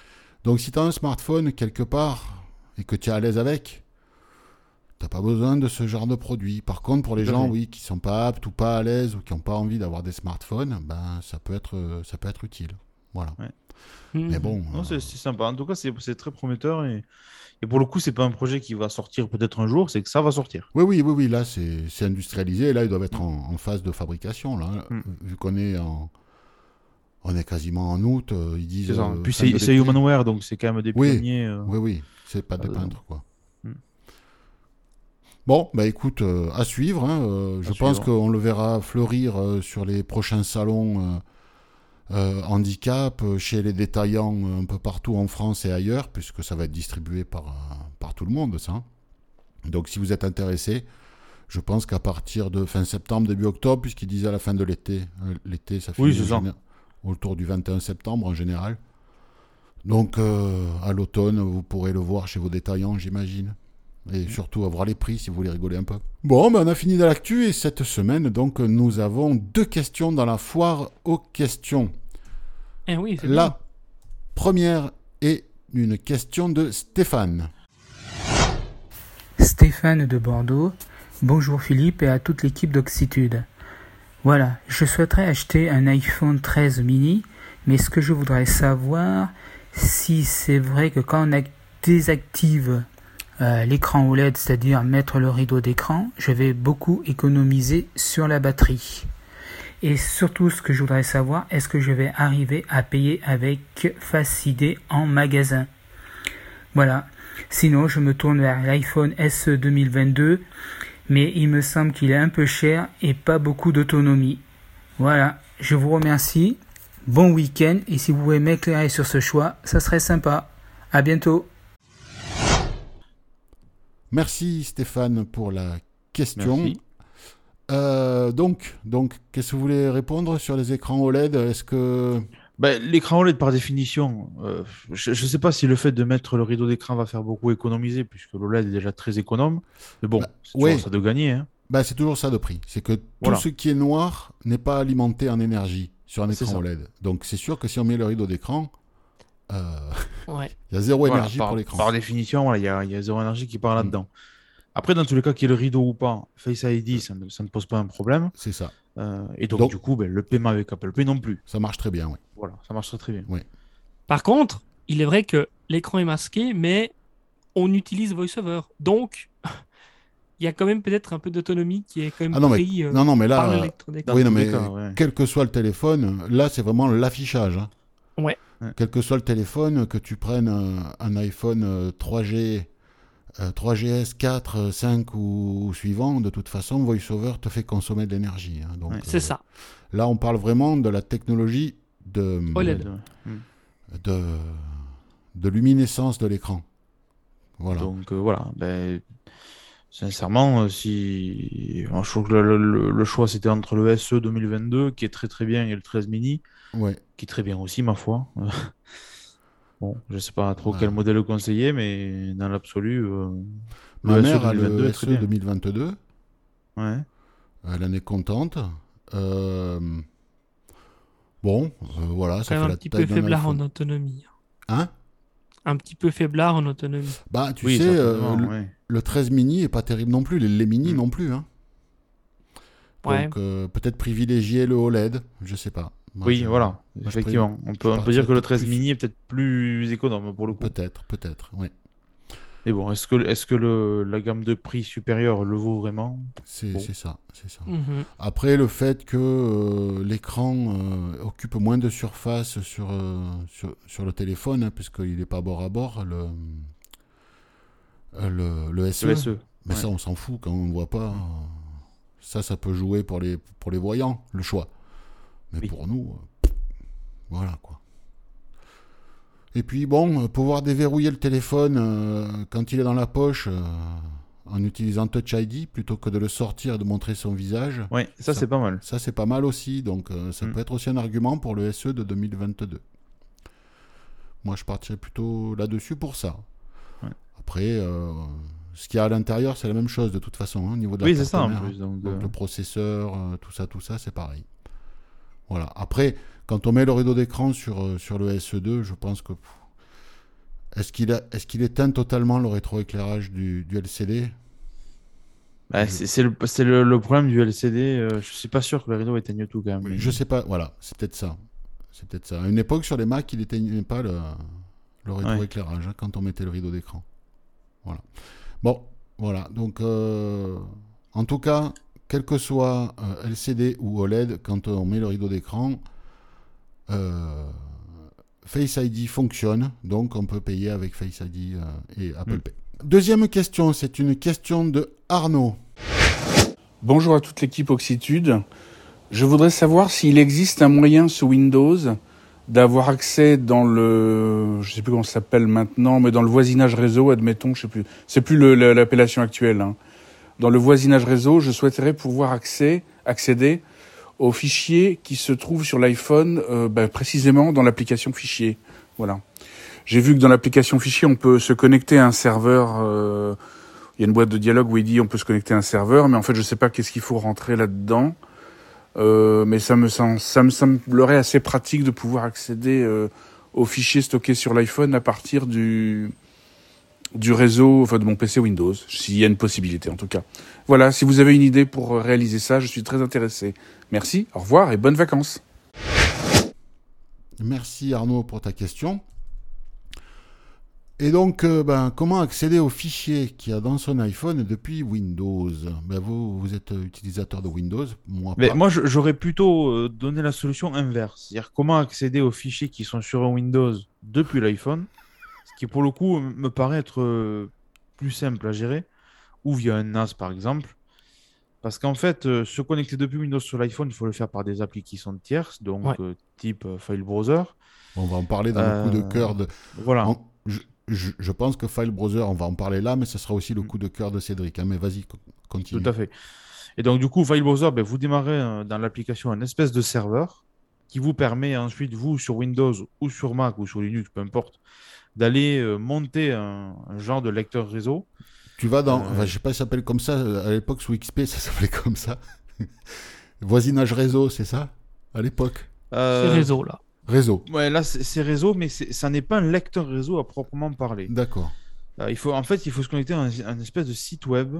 S1: Donc si tu as un smartphone quelque part et que tu es à l'aise avec, tu n'as pas besoin de ce genre de produit. Par contre, pour les
S2: Tout à
S1: gens
S2: fait.
S1: oui, qui ne sont pas aptes ou pas à l'aise ou qui n'ont pas envie d'avoir des smartphones, ben, ça, peut être, ça peut être utile. Voilà.
S2: Ouais.
S3: Mhm.
S1: Mais bon,
S2: Non,
S1: euh,
S2: c'est c'est sympa. En tout cas, c'est c'est très prometteur. Et, et pour le coup, c'est pas un projet qui va sortir peut-être un jour, c'est que ça va sortir.
S1: oui, oui, oui, oui, là c'est c'est industrialisé. Et là, ils doivent être en, en phase de fabrication. Là.
S2: Mm.
S1: Vu qu'on est, en, on est quasiment en août, euh, ils disent.
S2: C'est ça.
S1: euh,
S2: Puis
S1: fin de
S2: c'est c'est
S1: l'été.
S2: Humanware, donc c'est quand même des
S1: Oui.
S2: pionniers. euh,
S1: Oui, oui, c'est pas des
S2: euh,
S1: peintres, quoi.
S2: Mm.
S1: Bon, bah écoute, euh, à suivre. Hein, euh, je
S2: À
S1: pense
S2: suivre.
S1: qu'on le verra fleurir euh, sur les prochains salons euh, euh, handicap, euh, chez les détaillants euh, un peu partout en France et ailleurs, puisque ça va être distribué par, euh, par tout le monde, ça. Donc si vous êtes intéressé, je pense qu'à partir de fin septembre, début octobre, puisqu'ils disaient à la fin de l'été, euh, l'été ça finit
S2: Oui, c'est
S1: en
S2: ça.
S1: géné- autour du vingt et un septembre en général. Donc euh, à l'automne, vous pourrez le voir chez vos détaillants, j'imagine. Et surtout avoir les prix si vous voulez rigoler un peu. Bon, ben on a fini de l'actu et cette semaine, donc, nous avons deux questions dans la foire aux questions.
S3: Eh oui, c'est
S1: La
S3: bien.
S1: première est une question de Stéphane.
S4: Stéphane de Bordeaux. Bonjour Philippe et à toute l'équipe d'Oxitude. Voilà, je souhaiterais acheter un iPhone treize mini, mais ce que je voudrais savoir, si c'est vrai que quand on désactive euh, l'écran O L E D, c'est-à-dire mettre le rideau d'écran, je vais beaucoup économiser sur la batterie. Et surtout, ce que je voudrais savoir, est-ce que je vais arriver à payer avec Facide en magasin? Voilà. Sinon, je me tourne vers l'iPhone S E deux mille vingt-deux, mais il me semble qu'il est un peu cher et pas beaucoup d'autonomie. Voilà, je vous remercie, bon week-end, et si vous pouvez m'éclairer sur ce choix, ça serait sympa. À bientôt.
S1: Merci Stéphane pour la question.
S2: Merci.
S1: Euh, donc, donc, qu'est-ce que vous voulez répondre sur les écrans O L E D? Est-ce que...
S2: Ben, l'écran O L E D, par définition, euh, je ne sais pas si le fait de mettre le rideau d'écran va faire beaucoup économiser, puisque l'O L E D est déjà très économe. Mais bon,
S1: Bah,
S2: c'est toujours
S1: ouais.
S2: ça de gagner. Hein.
S1: bah, c'est toujours ça de prix. C'est que
S2: Voilà.
S1: tout ce qui est noir n'est pas alimenté en énergie sur un
S2: C'est
S1: écran
S2: ça.
S1: O L E D. Donc c'est sûr que si on met le rideau d'écran, euh,
S3: Ouais.
S1: il y a zéro
S2: Voilà,
S1: énergie
S2: par,
S1: pour l'écran.
S2: par définition, voilà, il y a, il y a zéro énergie qui part
S1: Mm.
S2: là-dedans. Après, dans tous les cas, qu'il y ait le rideau ou pas, Face I D, ça ne, ça ne pose pas un problème.
S1: C'est ça.
S2: Euh, et donc,
S1: Donc-
S2: du coup, ben, le paiement avec Apple Pay non plus.
S1: Ça marche très bien, oui.
S2: Voilà, ça marche très, très bien.
S3: Par contre, il est vrai que l'écran est masqué, mais on utilise VoiceOver. Donc, il y a quand même peut-être un peu d'autonomie qui est quand même
S1: Ah non, mais,
S3: pris euh,
S1: non, non, mais
S3: par
S1: là,
S3: le
S1: euh,
S3: lecteur
S2: Dans
S3: d'écran.
S1: oui, non,
S2: tous les
S1: mais
S2: cas, ouais.
S1: quel que soit le téléphone, là, c'est vraiment l'affichage. Hein.
S3: Ouais.
S2: Ouais.
S1: Quel que soit le téléphone, que tu prennes un, un iPhone euh, trois G, euh, trois G S, quatre, euh, cinq ou, ou suivant, de toute façon, VoiceOver te fait consommer de l'énergie. Hein. Donc,
S2: Ouais.
S1: euh,
S3: C'est ça.
S1: Là, on parle vraiment de la technologie de,
S3: O L E D.
S2: Ouais.
S1: de, de luminescence de l'écran. Voilà.
S2: Donc, euh, voilà. Ben, sincèrement, euh, si... Bon, je trouve que le, le- le choix, c'était entre le S E deux mille vingt-deux, qui est très, très bien, et le treize mini,
S1: Ouais.
S2: qui est très bien aussi, ma foi. Bon, je sais pas trop
S1: Ouais.
S2: quel modèle conseiller, mais dans l'absolu, euh,
S1: Ma
S2: le
S1: mère
S2: S E
S1: a
S2: deux mille vingt-deux
S1: le
S2: est
S1: S
S2: très
S1: E
S2: bien.
S1: deux mille vingt-deux.
S2: Ouais.
S1: Elle en est contente. Euh, Bon, euh, voilà, ça
S3: Quand
S1: fait
S3: même
S1: la
S3: un petit
S1: taille
S3: peu
S1: d'un
S3: faiblard en
S1: iPhone.
S3: autonomie.
S1: Hein?
S3: Un petit peu faiblard en autonomie.
S1: Bah, tu
S2: Oui,
S1: sais, euh,
S2: certainement,
S1: le,
S2: ouais.
S1: le treize mini est pas terrible non plus, les, les mini
S2: Mm.
S1: non plus. Hein.
S3: Ouais.
S1: Donc, euh, peut-être privilégier le O L E D, je sais pas. Moi,
S2: Oui,
S1: je-
S2: voilà,
S1: je
S2: effectivement. On peut, on peut
S1: partirais
S2: dire que le
S1: peut-être
S2: treize
S1: plus-
S2: mini est peut-être plus économe pour le coup.
S1: Peut-être, peut-être, oui.
S2: Mais bon, est-ce que, est-ce que le, la gamme de prix supérieure le vaut vraiment?
S1: C'est
S2: Bon.
S1: c'est ça, c'est ça.
S3: Mhm.
S1: Après, le fait que euh, l'écran euh, occupe moins de surface sur, euh, sur, sur le téléphone, hein, puisqu'il n'est pas bord à bord, le, euh, le, le S E.
S2: Le S E.
S1: Mais
S2: ouais.
S1: ça, on s'en fout quand on ne voit pas. euh, Ça, ça peut jouer pour les, pour les voyants, le choix. Mais
S2: Oui.
S1: pour nous, euh, voilà quoi. Et puis bon, euh, pouvoir déverrouiller le téléphone euh, quand il est dans la poche euh, en utilisant Touch I D plutôt que de le sortir et de montrer son visage.
S2: Ouais, ça,
S1: Ça-
S2: c'est pas mal.
S1: Ça, c'est pas mal aussi, donc euh, ça
S2: Mm.
S1: peut être aussi un argument pour le S E de deux mille vingt-deux. Moi, je partirais plutôt là-dessus pour ça.
S2: Ouais.
S1: Après, euh, ce qu'il y a à l'intérieur, c'est la même chose de toute façon, hein, au niveau de la
S2: Oui, c'est ça en
S1: carte mère,
S2: plus. Donc,
S1: donc
S2: euh,
S1: le processeur, euh, tout ça, tout ça, c'est pareil. Voilà. Après, quand on met le rideau d'écran sur, euh, sur le S E deux, je pense que pff, Est-ce qu'il, a, est-ce qu'il éteint totalement le rétroéclairage du, du L C D?
S2: Bah,
S1: Je-
S2: c'est c'est le, c'est le, le problème du L C D. euh, je suis pas sûr que le rideau éteigne tout quand même. mais-
S1: Je sais pas, voilà, c'est peut-être ça. C'est peut-être ça. À une époque, sur les Mac, il n'éteignait pas le, le rétroéclairage hein, quand on mettait le rideau d'écran. Voilà. Bon, voilà. Donc, euh, en tout cas, quel que soit euh, L C D ou O L E D, quand on met le rideau d'écran, euh, Face I D fonctionne. Donc, on peut payer avec Face I D euh, et Apple
S2: Mm.
S1: Pay. Deuxième question, c'est une question de Arnaud.
S5: Bonjour à toute l'équipe Oxitude. Je voudrais savoir s'il existe un moyen sous Windows d'avoir accès dans le, je sais plus comment ça s'appelle maintenant, mais dans le voisinage réseau, admettons, je sais plus, c'est plus le- le- l'appellation actuelle. Hein. Dans le voisinage réseau, je souhaiterais pouvoir accès, accéder aux fichiers qui se trouvent sur l'iPhone, euh, ben, précisément dans l'application fichier. Voilà. J'ai vu que dans l'application fichier, on peut se connecter à un serveur. Euh, il y a une boîte de dialogue où il dit on peut se connecter à un serveur, mais en fait, je sais pas qu'est-ce qu'il faut rentrer là-dedans. Euh, mais ça me, sem- ça me semblerait assez pratique de pouvoir accéder euh, aux fichiers stockés sur l'iPhone à partir du, du réseau, enfin de mon P C Windows, s'il y a une possibilité en tout cas. Voilà, si vous avez une idée pour réaliser ça, je suis très intéressé. Merci, au revoir et bonnes vacances.
S1: Merci Arnaud pour ta question. Et donc, euh, ben, comment accéder aux fichiers qu'il y a dans son iPhone depuis Windows? Ben, vous, vous êtes utilisateur de Windows, moi
S2: Mais
S1: pas.
S2: moi, je- j'aurais plutôt euh, donné la solution inverse. C'est-à-dire comment accéder aux fichiers qui sont sur un Windows depuis l'iPhone, ce qui pour le coup me paraît être euh, plus simple à gérer, ou via un N A S par exemple. Parce qu'en fait, euh, se connecter depuis Windows sur l'iPhone, il faut le faire par des applis qui sont tierces, donc
S3: Ouais.
S2: euh, type euh, File Browser.
S1: On va en parler dans le coup de
S2: Euh,
S1: cœur de...
S2: Voilà.
S1: en- je, je- je pense que File Browser, on va en parler là, mais ce sera aussi le
S2: Mm.
S1: coup de cœur de Cédric. hein. Mais vas-y, co- continue.
S2: Tout à fait. Et donc, du coup, File Browser, ben, vous démarrez euh, dans l'application un espèce de serveur qui vous permet ensuite, vous, sur Windows ou sur Mac ou sur Linux, peu importe, d'aller euh, monter un, un genre de lecteur réseau.
S1: Tu vas dans...
S2: Euh,
S1: enfin, je sais pas si ça s'appelle comme ça. À l'époque, sous X P, ça s'appelait comme ça. Voisinage réseau, c'est ça? À l'époque.
S2: Euh,
S3: C'est réseau, là.
S1: Réseau.
S2: Ouais, là, c'est c'est réseau, mais c'est- ça n'est pas un lecteur réseau à proprement parler.
S1: D'accord.
S2: Euh, il faut, en fait, il faut se connecter à un, un espèce de site web.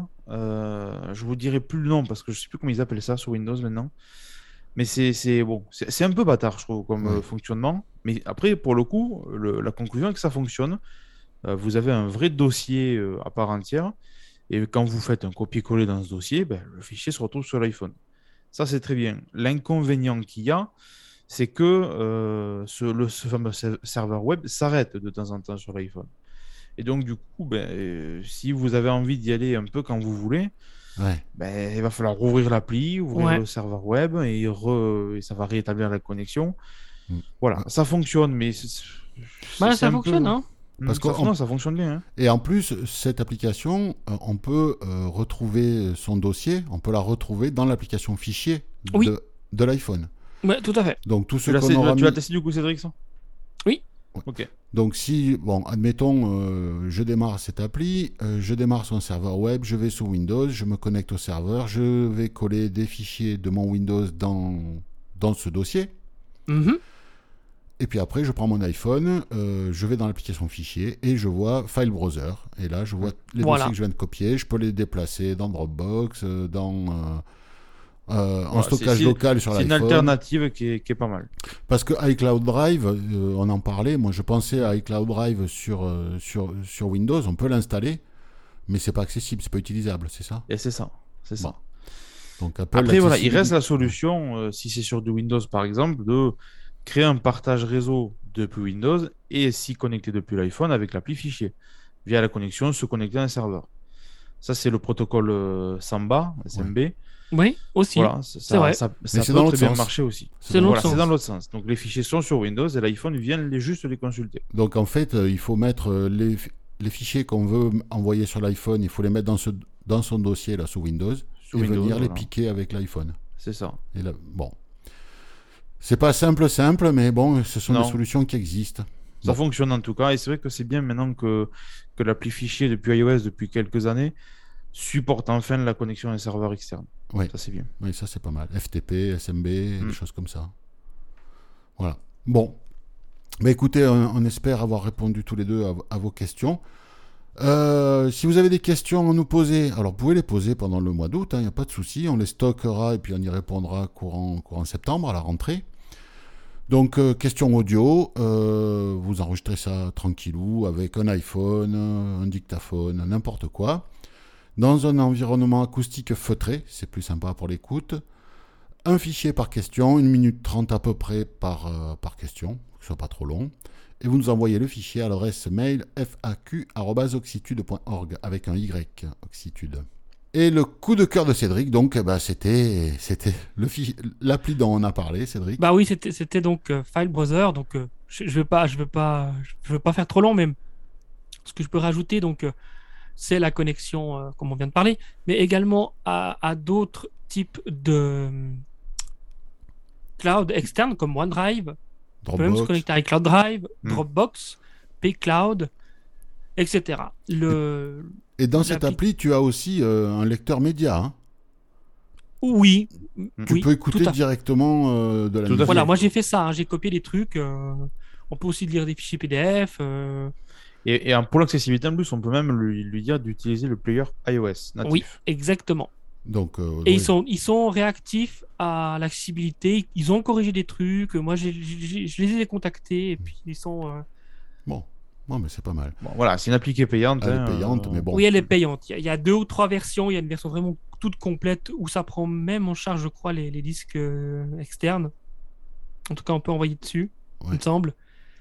S2: Euh, je vous dirai plus le nom parce que je sais plus comment ils appellent ça sur Windows maintenant. Mais c'est c'est- bon, c'est c'est un peu bâtard, je trouve, comme
S1: Ouais.
S2: euh, fonctionnement. Mais après, pour le coup, le- la conclusion est que ça fonctionne. Euh, vous avez un vrai dossier euh, à part entière. Et quand vous faites un copier-coller dans ce dossier, ben, le fichier se retrouve sur l'iPhone. Ça, c'est très bien. L'inconvénient qu'il y a, c'est que euh, ce, le, ce fameux se- serveur web s'arrête de temps en temps sur l'iPhone. Et donc, du coup, ben, euh, si vous avez envie d'y aller un peu quand vous voulez,
S1: Ouais.
S2: ben, il va falloir rouvrir l'appli, ouvrir
S3: Ouais.
S2: le serveur web et, re- et ça va rétablir la connexion.
S1: Mm.
S2: Voilà,
S1: Ouais.
S2: ça fonctionne, mais c'est- c'est-
S3: Bah,
S2: c'est
S3: ça
S2: un
S3: fonctionne,
S2: peu...
S3: hein.
S2: Mm,
S1: Parce
S2: ça,
S1: que
S2: non,
S1: en-
S2: ça fonctionne bien. hein.
S1: Et en plus, cette application, euh, on peut euh, retrouver son dossier, on peut la retrouver dans l'application fichier de,
S3: Oui.
S1: de l'iPhone.
S3: Ouais, tout à fait.
S1: Donc tout ce
S2: Tu l'as
S1: qu'on aura
S2: tu l'as
S1: mis...
S2: testé du coup, Cédric, ça
S3: Oui.
S1: Ouais.
S2: Ok.
S1: Donc si, bon, admettons, euh, je démarre cette appli, euh, je démarre son serveur web, je vais sur Windows, je me connecte au serveur, je vais coller des fichiers de mon Windows dans, dans ce dossier.
S3: Mhm.
S1: Et puis après, je prends mon iPhone, euh, je vais dans l'application fichier et je vois File Browser. Et là, je vois les
S3: Voilà.
S1: dossiers que je viens de copier. Je peux les déplacer dans Dropbox, euh, dans, euh, euh, en
S2: Voilà,
S1: stockage
S2: c'est- c'est-
S1: local sur
S2: C'est une
S1: l'iPhone.
S2: alternative qui est, qui est pas mal.
S1: Parce que iCloud Drive, euh, on en parlait. Moi, je pensais à iCloud Drive sur, euh, sur, sur Windows. On peut l'installer, mais c'est pas accessible, c'est pas utilisable, c'est ça?
S2: Et c'est ça. C'est ça.
S1: Bon. Donc Apple,
S2: Après, voilà, il reste
S1: l'accessibilité-
S2: la solution, euh, si c'est sur du Windows par exemple, de créer un partage réseau depuis Windows et s'y connecter depuis l'iPhone avec l'appli fichier. Via la connexion, se connecter à un serveur. Ça, c'est le protocole euh, Samba, S M B.
S3: Oui, aussi.
S2: Voilà, ça,
S3: c'est vrai.
S2: ça, ça
S1: c'est
S2: peut
S1: dans
S2: très
S1: l'autre
S2: bien
S1: sens.
S2: marcher aussi.
S1: C'est
S3: C'est
S1: dans
S3: l'autre
S2: Voilà,
S3: sens.
S2: c'est dans l'autre sens. Donc les fichiers sont sur Windows et l'iPhone vient les, juste les consulter.
S1: Donc en fait, euh, il faut mettre euh, les, fi- les fichiers qu'on veut m- envoyer sur l'iPhone, il faut les mettre dans, ce, dans son dossier là sous Windows
S2: Sur
S1: et
S2: Windows,
S1: venir les
S2: voilà.
S1: piquer avec l'iPhone.
S2: C'est ça.
S1: Et là, bon, c'est pas simple, simple, mais bon, ce sont
S2: Non.
S1: des solutions qui existent.
S2: Ça
S1: Bon.
S2: fonctionne en tout cas. Et c'est vrai que c'est bien maintenant que, que l'appli fichier depuis iOS depuis quelques années supporte enfin la connexion à un serveur externe.
S1: Oui.
S2: Ça, c'est bien.
S1: Oui, ça c'est pas mal. F T P, S M B,
S2: Mm.
S1: des choses comme ça. Voilà. Bon. Mais écoutez, on, on espère avoir répondu tous les deux à, à vos questions. Euh, si vous avez des questions à nous poser, alors vous pouvez les poser pendant le mois d'août, il n'y a pas de souci, on les stockera et puis on y répondra courant, courant septembre à la rentrée. Donc, euh, question audio, euh, vous enregistrez ça tranquillou avec un iPhone, un dictaphone, n'importe quoi, dans un environnement acoustique feutré, c'est plus sympa pour l'écoute. Un fichier par question, une minute trente à peu près par, euh, par question, que ce soit pas trop long. Et vous nous envoyez le fichier à l'adresse mail f a q arobase oxitude point org avec un Y, Oxitude. Et le coup de cœur de Cédric, donc, eh ben, c'était, c'était le fi- l'appli dont on a parlé, Cédric.
S3: Bah oui, c'était, c'était donc euh, File Browser. Donc, euh, je, je vais pas, je vais pas, je vais pas faire trop long, mais ce que je peux rajouter, donc, euh, c'est la connexion, euh, comme on vient de parler, mais également à, à d'autres types de euh, cloud externes comme OneDrive. On peut même se
S1: Dropbox.
S3: connecter avec Cloud Drive,
S2: Mm.
S3: Dropbox, pCloud, et cetera. Le...
S1: Et dans cette
S3: l'appli-
S1: appli, tu as aussi euh, un lecteur média. Hein.
S3: Oui,
S1: Tu
S3: oui,
S1: peux écouter
S3: tout à fait.
S1: directement euh, de la
S2: Tout à
S1: musique.
S3: Voilà, moi j'ai fait ça, hein, j'ai copié des trucs. euh, On peut aussi lire des fichiers P D F. euh,
S2: Et, et en- pour l'accessibilité en plus, on peut même lui, lui dire d'utiliser le player iOS natif.
S3: Oui, exactement.
S1: Donc, euh,
S3: Et
S1: oui.
S3: ils sont, ils sont réactifs à l'accessibilité. Ils ont corrigé des trucs. Moi, j'ai, j'ai- je les ai contactés et puis ils sont. euh,
S1: Bon, bon, mais c'est pas mal.
S2: Bon, voilà, c'est une appli qui est payante.
S1: Elle est
S2: hein,
S1: payante,
S2: euh,
S1: mais bon.
S3: Oui, elle est payante. Il y, a, il y a deux ou trois versions. Il y a une version vraiment toute complète où ça prend même en charge, je crois, les, les disques euh, externes. En tout cas, on peut envoyer dessus, il
S1: Ouais.
S3: me semble.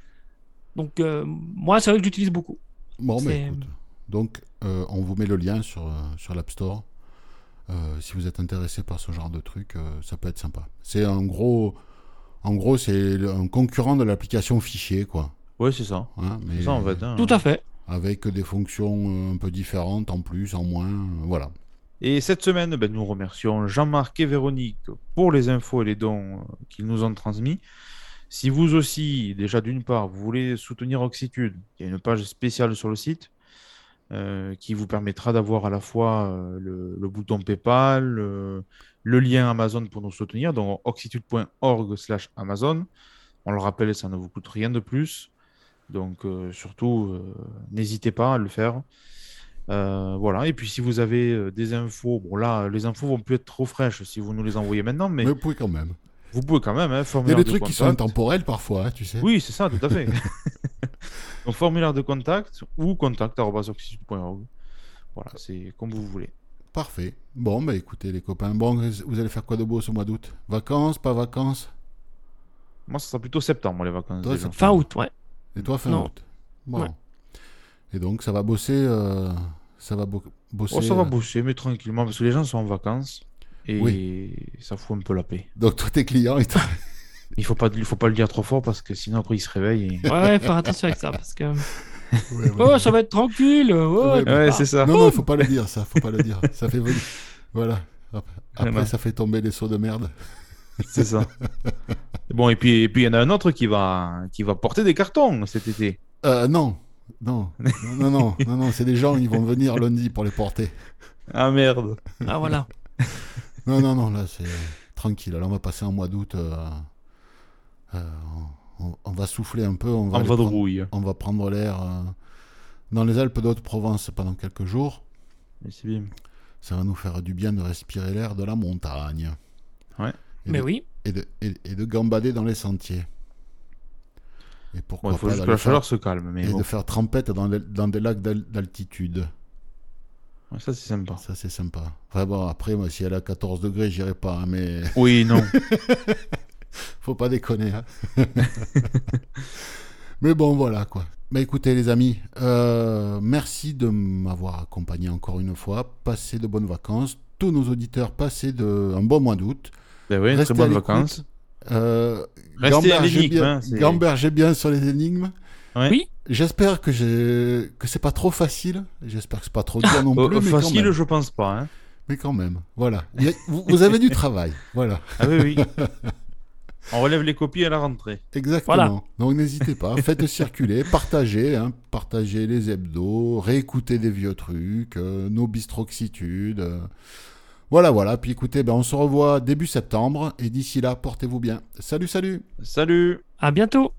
S3: Donc, euh, moi, c'est vrai que j'utilise beaucoup.
S1: Bon, mais
S3: C'est-
S1: écoute. Donc, euh, on vous met le lien sur, euh, sur l'App Store. Euh, si vous êtes intéressé par ce genre de truc, euh, ça peut être sympa. C'est en gros, en gros, c'est le- un concurrent de l'application fichier, quoi.
S2: Ouais, c'est ça.
S1: Hein, mais
S2: C'est ça en fait. hein.
S3: Tout à fait.
S1: avec des fonctions euh, un peu différentes en plus, en moins, euh, voilà.
S2: Et cette semaine, ben, nous remercions Jean-Marc et Véronique pour les infos et les dons euh, qu'ils nous ont transmis. Si vous aussi, déjà d'une part, vous voulez soutenir Oxitude, il y a une page spéciale sur le site euh, qui vous permettra d'avoir à la fois euh, le, le bouton PayPal, le, le lien Amazon pour nous soutenir, donc oxitude point org slash Amazon. On le rappelle, ça ne vous coûte rien de plus. Donc euh, surtout, euh, n'hésitez pas à le faire. Euh, voilà. Et puis si vous avez euh, des infos, bon là, les infos vont plus être trop fraîches si vous nous les envoyez maintenant, mais
S1: Mais vous pouvez quand même.
S2: vous pouvez quand même, hein,
S1: Il y a
S2: formulaire
S1: des
S2: de
S1: trucs qui sont
S2: contact.
S1: intemporels parfois, hein, tu sais.
S2: Oui, c'est ça, tout à fait. Donc formulaire de contact ou contact arobase oxitude point org. Voilà, c'est comme vous voulez.
S1: Parfait. Bon, bah écoutez les copains, bon, vous allez faire quoi de beau ce mois d'août? Vacances, pas vacances?
S2: Moi, ça sera plutôt septembre, les vacances.
S1: Toi,
S2: déjà.
S1: c'est-
S3: Fin août, ouais.
S1: Et toi, fin
S3: Non.
S1: août. Bon.
S3: Ouais.
S1: Et donc, ça va bosser. euh, ça va bo- bosser.
S2: Oh, ça va
S1: euh,
S2: bosser, mais tranquillement, parce que les gens sont en vacances et
S1: Oui.
S2: ça fout un peu la paix.
S1: Donc, toi, tes clients, ils t'ont-
S2: Il faut pas, il faut pas le dire trop fort parce que sinon après ils se réveillent. Et...
S3: Ouais, ouais, faire attention avec ça parce que.
S1: Ouais, ouais.
S3: Oh, ça va être tranquille. Oh,
S1: Ouais,
S3: tu
S2: Ouais,
S3: pars.
S2: c'est ça.
S1: Non, non, il faut pas le dire, ça. Faut pas le dire. Ça fait venir. Voilà. Après, après,
S2: Voilà.
S1: ça fait tomber les seaux de merde.
S2: C'est ça. Bon, et puis et puis il y en a un autre qui va qui va porter des cartons cet été.
S1: Euh, non. Non. Non, non, non, non, c'est des gens, ils vont venir lundi pour les porter.
S2: Ah merde.
S3: Ah, voilà.
S1: Non, non, non, là, c'est tranquille. Alors, on va passer un mois d'août. euh, euh, on, on va souffler un peu. On va,
S2: En
S1: aller prendre,
S2: vadrouille.
S1: on va prendre l'air euh, dans les Alpes d'Haute-Provence pendant quelques jours.
S2: Mais c'est bien.
S1: Ça va nous faire du bien de respirer l'air de la montagne.
S2: Ouais.
S1: Et
S3: Mais
S1: de,
S3: oui.
S1: et, de, et, et de gambader dans les sentiers. Et pourquoi
S2: Bon, il faut
S1: pas
S2: juste que
S1: d'aller
S2: la chaleur
S1: faire-
S2: se calme, mais
S1: et
S2: bon.
S1: de faire trempette dans, les- dans des lacs d'al- d'altitude.
S2: Ouais, ça c'est sympa.
S1: Ça, c'est sympa. Enfin bon, après, moi, si elle est à quatorze degrés, j'irai pas. hein, mais
S2: Oui, non.
S1: faut pas déconner. hein. Mais bon, voilà, quoi. Mais écoutez, les amis, euh, merci de m'avoir accompagné encore une fois. Passez de bonnes vacances. Tous nos auditeurs, passez de, un bon mois d'août.
S2: Ben oui,
S1: Restez
S2: très bonnes
S1: à l'écoute.
S2: vacances.
S1: Euh,
S2: Restez à
S1: gambergez
S2: l'énigme,
S1: bien,
S2: hein, c'est-
S1: gambergez bien sur les énigmes.
S2: Ouais.
S3: Oui.
S1: J'espère que j'ai que c'est pas trop facile. J'espère que c'est pas trop dur non
S2: Euh,
S1: plus. mais, quand
S2: facile,
S1: même.
S2: je pense pas. Hein.
S1: mais quand même, voilà. Il y a- vous, vous avez du travail, voilà.
S2: Ah oui, oui. On relève les copies à la rentrée.
S1: Exactement.
S3: Voilà.
S1: Donc n'hésitez pas, faites circuler, partagez, hein, partagez les hebdos, réécoutez des vieux trucs, euh, nos bistroxitudes. euh. Voilà, voilà. Puis écoutez, ben, on se revoit début septembre et d'ici là, portez-vous bien. Salut, salut.
S2: Salut!
S3: À bientôt.